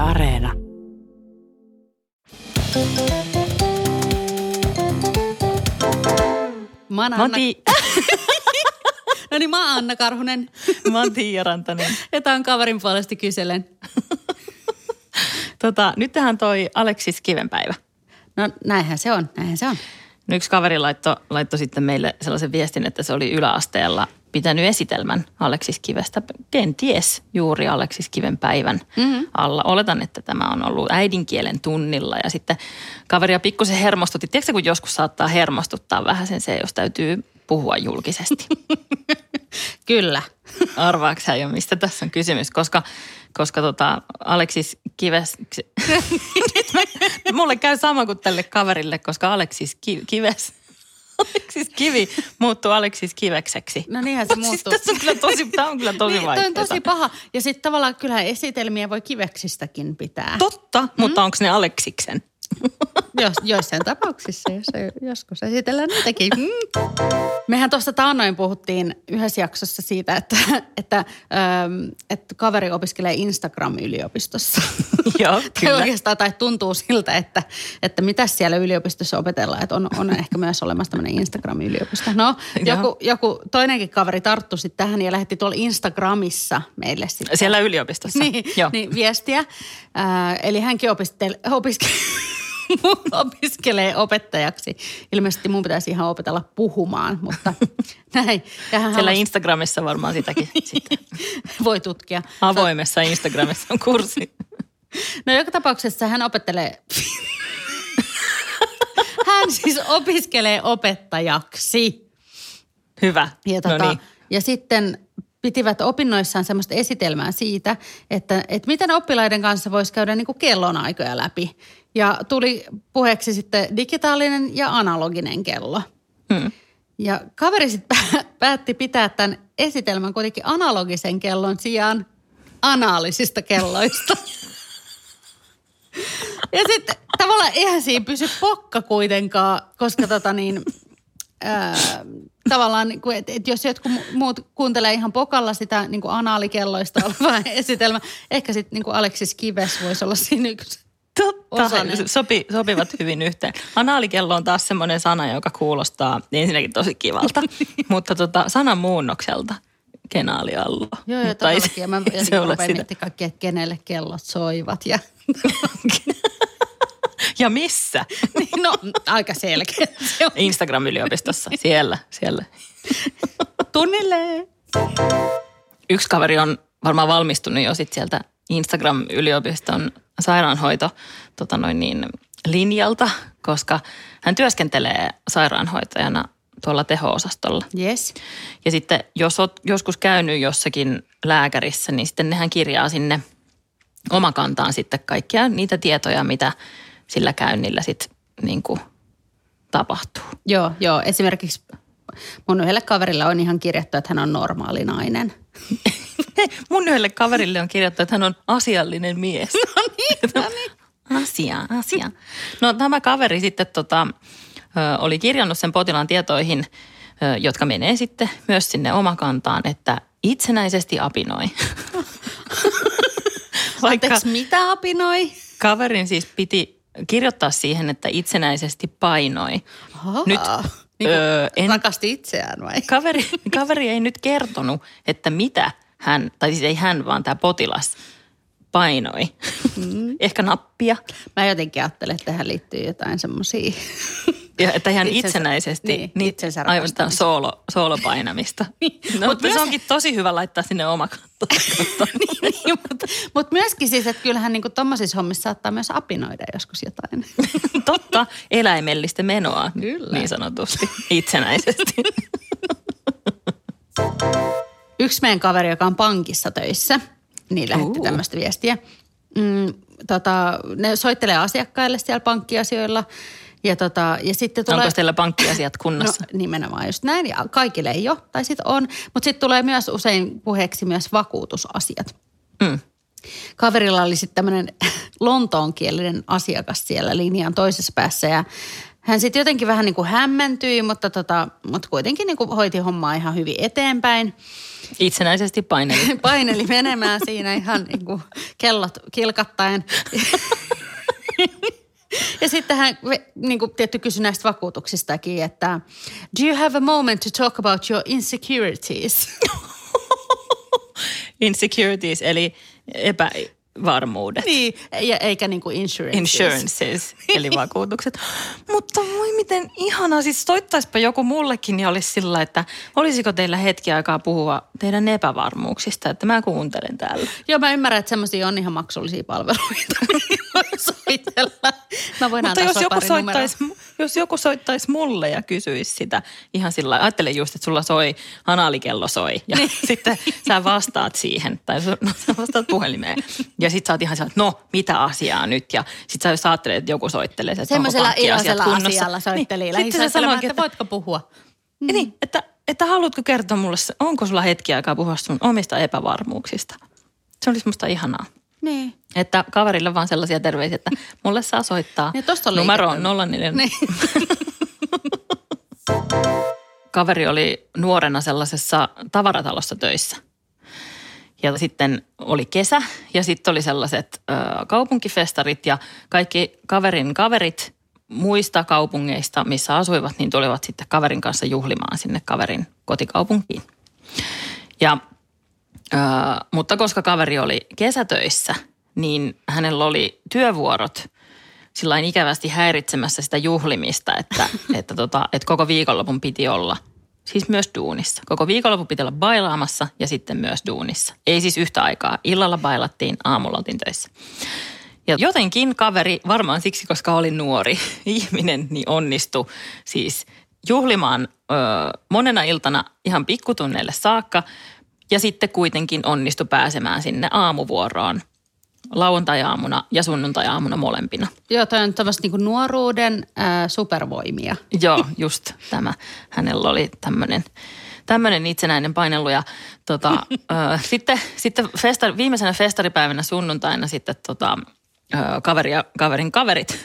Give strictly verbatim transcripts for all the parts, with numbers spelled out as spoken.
Areena. Mä oon Anna... No niin, mä oon Anna Karhunen. Mä oon Tiia Rantanen. Ja tää on Kaverin puolesta kyselen. Tota, nyt tähän toi Aleksis Kivenpäivä. No näinhän se on, näinhän se on. No yksi kaveri laittoi laitto sitten meille sellaisen viestin, että se oli yläasteella pitänyt esitelmän Aleksis Kivestä. Kenties juuri Aleksis Kiven päivän mm-hmm. alla. Oletan, että tämä on ollut äidinkielen tunnilla ja sitten kaveria pikkusen hermostutti. Tiedätkö kun joskus saattaa hermostuttaa vähän sen se, jos täytyy puhua julkisesti? Kyllä. Arvaatko sä jo, mistä tässä on kysymys? Koska, koska tota Aleksis Kives... Mulle käy sama kuin tälle kaverille, koska Aleksis Ki, Kives... Aleksis Kivi muuttuu Aleksis Kivekseksi. No niinhän se muuttuu. Siis on kyllä tosi, tämä on kyllä tosi niin, vaikeaa. Tämä on tosi paha. Ja sitten tavallaan kyllä esitelmiä voi kiveksistäkin pitää. Totta, mm. mutta onko ne Aleksiksen? Jos, joissain tapauksissa, jos joskus esitellään niitäkin. Mm. Mehän tuosta taannoin puhuttiin yhdessä jaksossa siitä, että, että, ähm, että kaveri opiskelee Instagram-yliopistossa. Joo, kyllä. Oikeastaan tai tuntuu siltä, että, että mitä siellä yliopistossa opetellaan, että on, on ehkä myös olemassa tämmöinen Instagram-yliopisto. No, joku, joku toinenkin kaveri tarttui sitten tähän ja lähetti tuolla Instagramissa meille sitten. Siellä yliopistossa? Niin, Joo. niin viestiä. Äh, eli hänkin opiskelee... Opiske- opiskelee opettajaksi. Ilmeisesti mun pitäisi ihan opetella puhumaan, mutta näin. Siellä halusi... Instagramissa varmaan sitäkin sitten. Voi tutkia. Avoimessa Instagramissa on kurssi. No joka tapauksessa hän opettelee... Hän siis opiskelee opettajaksi. Hyvä. Ja, tota, no niin. ja sitten pitivät opinnoissaan semmoista esitelmää siitä, että, että miten oppilaiden kanssa voisi käydä niin kuin kellonaikoja läpi. Ja tuli puheeksi sitten digitaalinen ja analoginen kello. Hmm. Ja kaveri sitten päätti pitää tämän esitelmän kuitenkin analogisen kellon sijaan anaalisista kelloista. Ja sitten tavallaan eihän siinä pysy pokka kuitenkaan, koska tota niin... Ää, tavallaan, että et jos jotkut muut kuuntelee ihan pokalla sitä niin kuin anaalikelloista olevaa esitelmää, ehkä sitten niin kuin Aleksis Kives voisi olla siinä yksi Totta, Sopi, sopivat hyvin yhteen. Anaalikello on taas semmoinen sana, joka kuulostaa ensinnäkin tosi kivalta, mutta tota, sanan muunnokselta kenaaliallo. Joo, joo, todellakin. Ja mä rupean miettimään kaikki, että kenelle kellot soivat ja... Ja missä? No, aika selkeä. Instagram-yliopistossa. Siellä, siellä. Tunnilleen. Yksi kaveri on varmaan valmistunut jo sit sieltä Instagram-yliopiston sairaanhoito tota noin niin, linjalta, koska hän työskentelee sairaanhoitajana tuolla teho-osastolla. Yes. Ja sitten jos olet joskus käynyt jossakin lääkärissä, niin sitten nehän kirjaa sinne omakantaan sitten kaikkia niitä tietoja, mitä sillä käynnillä sitten niin kuin tapahtuu. Joo, joo. Esimerkiksi mun yhdelle kaverille on ihan kirjattu, että hän on normaali nainen. Hei, mun yhdelle kaverille on kirjattu, että hän on asiallinen mies. No niin, no niin. Asia, asia. No tämä kaveri sitten tota, ö, oli kirjannut sen potilaan tietoihin, ö, jotka menee sitten myös sinne omakantaan, että itsenäisesti apinoi. Vaikka Anteeksi, mitä apinoi? Kaverin siis piti kirjoittaa siihen, että itsenäisesti painoi. Aha. Nyt niin öö, en, rakasti itseään vai? Kaveri, kaveri ei nyt kertonut, että mitä hän, tai siis ei hän, vaan tämä potilas painoi. Mm. Ehkä nappia. Mä jotenkin ajattelen, että tähän liittyy jotain semmoisia... Ja että ihan itsensä, itsenäisesti, niin, niin itsensä aivan soolo, soolopainamista. No, mutta se onkin tosi hyvä laittaa sinne omakantaan. niin, niin, mutta, mutta myöskin siis, että kyllähän niin kuin tommosissa hommissa saattaa myös apinoida joskus jotain. Totta, eläimellistä menoa Kyllä. niin sanotusti itsenäisesti. Yksi meidän kaveri, joka on pankissa töissä, niin lähetti uh. tämmöistä viestiä. Mm, tota, ne soittelee asiakkaille siellä pankkiasioilla. Ja, tota, ja sitten tulee... Onko teillä pankkiasiat kunnossa? No nimenomaan just näin. Ja kaikille ei ole, tai sitten on. Mutta sitten tulee myös usein puheeksi myös vakuutusasiat. Mm. Kaverilla oli sitten tämmöinen lontoonkielinen asiakas siellä linjan toisessa päässä. Ja hän sitten jotenkin vähän niin kuin hämmentyi, mutta, tota, mutta kuitenkin niin kuin hoiti hommaa ihan hyvin eteenpäin. Itsenäisesti paineli. Paineli menemään siinä ihan niin kuin kellot kilkattaen. Ja sitten hän niin kuin tietty kysyi näistä vakuutuksistakin, että do you have a moment to talk about your insecurities? Insecurities eli epävarmuudet. Niin, ja eikä niin kuin insurances. Insurances, eli vakuutukset. Mutta voi miten ihanaa, siis soittaispa joku mullekin ja olisi sillä, että olisiko teillä hetki aikaa puhua teidän epävarmuuksista, että mä kuuntelen täällä. Joo, mä ymmärrän, että semmoisia on ihan maksullisia palveluita, soitella. Mä voin Mutta antaa jos joku, pari soittaisi, jos joku soittaisi mulle ja kysyisi sitä ihan sillä lailla, ajattele just, että sulla soi, analikello soi ja niin. Sitten sä vastaat siihen tai sä vastaat puhelimeen ja sit sä oot ihan sellainen, no mitä asiaa nyt ja sit sä jos ajattelet, että joku soittelee, että semmoisella onko pankkiasiat iloisella kunnossa. asialla soitteli niin. Sitten sä sanoinkin, että voitko puhua? Mm. Niin, että, että haluatko kertoa mulle, onko sulla hetki aikaa puhua sun omista epävarmuuksista. Se olisi musta ihanaa. Niin. Että kaverille vaan sellaisia terveisiä, että mulle saa soittaa niin, numeroon nolla neljä. Niin. Kaveri oli nuorena sellaisessa tavaratalossa töissä. Ja sitten oli kesä ja sitten oli sellaiset ö, kaupunkifestarit ja kaikki kaverin kaverit muista kaupungeista, missä asuivat, niin tulivat sitten kaverin kanssa juhlimaan sinne kaverin kotikaupunkiin. Ja, ö, mutta koska kaveri oli kesätöissä, niin hänellä oli työvuorot sillain ikävästi häiritsemässä sitä juhlimista, että, että, tota, että koko viikonlopun piti olla, siis myös duunissa. Koko viikonlopun piti olla bailaamassa ja sitten myös duunissa. Ei siis yhtä aikaa. Illalla bailattiin, aamulla oltiin töissä. Ja jotenkin kaveri, varmaan siksi, koska oli nuori ihminen, niin onnistui siis juhlimaan ö, monena iltana ihan pikkutunneille saakka. Ja sitten kuitenkin onnistui pääsemään sinne aamuvuoroon lauantai-aamuna ja sunnuntai-aamuna molempina. Joo, toi on tämmöistä niinku nuoruuden ää, supervoimia. Joo, just tämä. Hänellä oli tämmöinen tämmöinen itsenäinen painelu ja tota, ö, sitten, sitten festari, viimeisenä festaripäivänä sunnuntaina sitten tota, ö, kaveri ja kaverin kaverit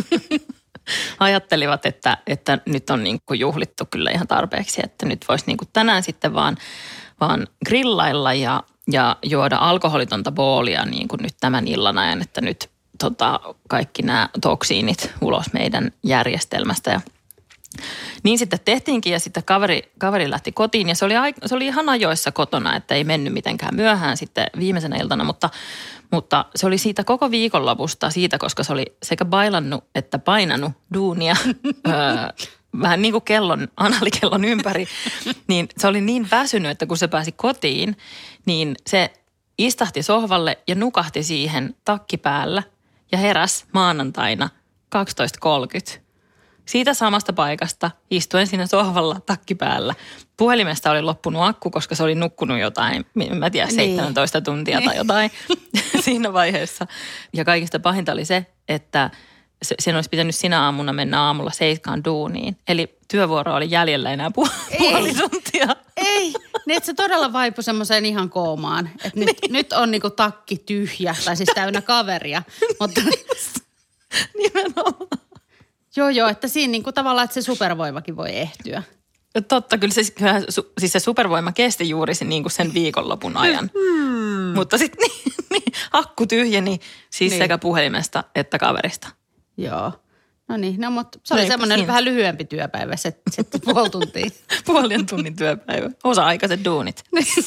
ajattelivat, että, että nyt on niin kuin juhlittu kyllä ihan tarpeeksi, että nyt voisi niin kuin tänään sitten vaan, vaan grillailla ja, ja juoda alkoholitonta boolia niin kuin nyt tämän illan ajan, että nyt tota, kaikki nämä toksiinit ulos meidän järjestelmästä ja niin sitten tehtiinkin ja sitten kaveri, kaveri lähti kotiin ja se oli, se oli ihan ajoissa kotona, että ei mennyt mitenkään myöhään sitten viimeisenä iltana, mutta, mutta se oli siitä koko viikonlopusta siitä, koska se oli sekä bailannut että painanut duunia öö, vähän niin kuin kellon, analikellon ympäri, niin se oli niin väsynyt, että kun se pääsi kotiin, niin se istahti sohvalle ja nukahti siihen takki päällä ja heräsi maanantaina kaksitoista kolmekymmentä. Siitä samasta paikasta istuen siinä sohvalla takki päällä. Puhelimesta oli loppunut akku, koska se oli nukkunut jotain, mä tiedän, seitsemäntoista tuntia niin. tai jotain siinä vaiheessa. Ja kaikista pahinta oli se, että sen olisi pitänyt sinä aamuna mennä aamulla seiskaan duuniin. Eli työvuoro oli jäljellä enää pu- puoli tuntia. Ei, niin että se todella vaipui semmoiseen ihan koomaan. Että nyt, niin. nyt on niinku takki tyhjä, tai siis täynnä kaveria. Mutta nimenomaan. Joo, joo, että siinä niin kuin tavallaan, että se supervoimakin voi ehtyä. Totta, kyllä se, siis se supervoima kesti juuri sen, niin kuin sen viikonlopun ajan. Hmm. Mutta sitten niin, niin, akku tyhjeni siis niin. sekä puhelimesta että kaverista. Joo. No niin, no mutta se oli Leipä semmoinen siinä. Vähän lyhyempi työpäivä, se, se puoli tuntia. Puolien tunnin työpäivä. Osa-aikaiset duunit.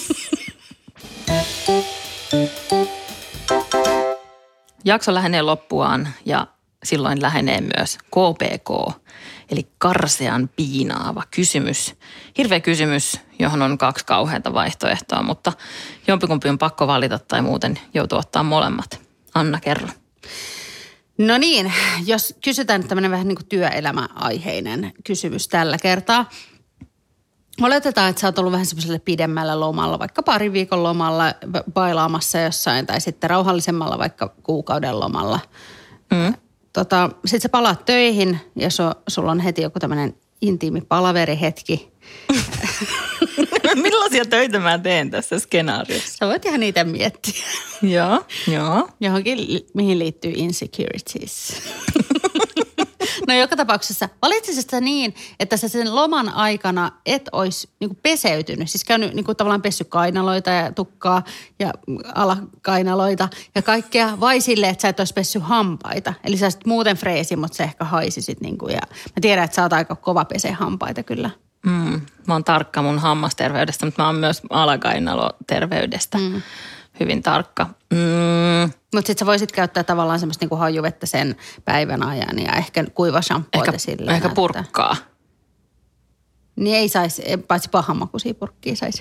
Jakso lähenee loppuaan ja silloin lähenee myös K P K, eli karsean piinaava kysymys. Hirveä kysymys, johon on kaksi kauheata vaihtoehtoa, mutta jompikumpi on pakko valita tai muuten joutuu ottaa molemmat. Anna, kerro. No niin, jos kysytään tämmöinen vähän niin kuin työelämäaiheinen kysymys tällä kertaa. Oletetaan, että sä oot ollut vähän semmoiselle pidemmällä lomalla, vaikka pari viikon lomalla bailaamassa jossain tai sitten rauhallisemmalla vaikka kuukauden lomalla. Mm. Tota, sitten sä palaat töihin ja su, sulla on heti joku tämmöinen intiimi palaverihetki. Millaisia töitä mä teen tässä skenaariossa? Sä voit ihan niitä miettiä. Joo, joo. Johonkin, mihin liittyy insecurities. No joka tapauksessa valitsisit sä niin, että sä sen loman aikana et olisi niinku peseytynyt. Siis käynyt niinku tavallaan pessy kainaloita ja tukkaa ja alakainaloita ja kaikkea. Vai silleen, että sä et olisi pessy hampaita. Eli sä olisit muuten freesi, mutta sä ehkä haisisit niinku. Ja mä tiedän, että sä oot aika kova pesee hampaita kyllä. Mm, mä oon tarkka mun hammasterveydestä, mutta mä oon myös alakainaloterveydestä mm. hyvin tarkka. Mm. Mutta sitten sä voisit käyttää tavallaan semmoista niinku hajuvettä sen päivän ajan ja ehkä kuiva shampoota silleen. Ehkä purkkaa. Että... Niin ei saisi, paitsi pahanmakuisia purkkia saisi.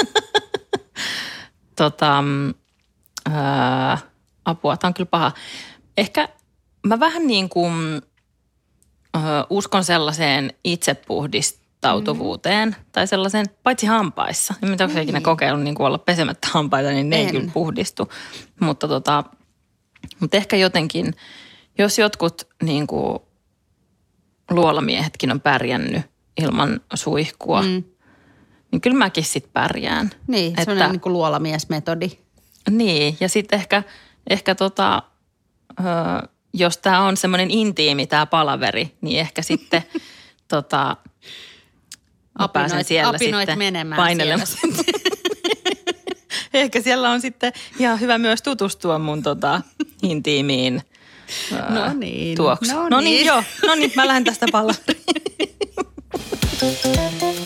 tota, öö, apua, tää on kyllä paha. Ehkä mä vähän niin kuin öö, uskon sellaiseen itsepuhdistautuvuuteen mm. tai sellaiseen, paitsi hampaissa. En tiedä, onko se ikinä kokeillut niin kuin olla pesemättä hampaita, niin ne en. ei kyllä puhdistu. Mutta, tota, mutta ehkä jotenkin, jos jotkut niin kuin luolamiehetkin on pärjännyt ilman suihkua, mm. niin kyllä mäkin sit pärjään. Niin, että, semmoinen niin kuin luolamiesmetodi. Niin, ja sitten ehkä, ehkä tota, ö, jos tämä on semmoinen intiimi tämä palaveri, niin ehkä sitten tota, apinoit, pääsen siellä apinoit sitten menemään painelemaan. Siellä. Ehkä siellä on sitten ihan hyvä myös tutustua mun tota, intiimiin no niin, tuoksuun. No, no niin, niin joo, no niin, mä lähden tästä palaveriin.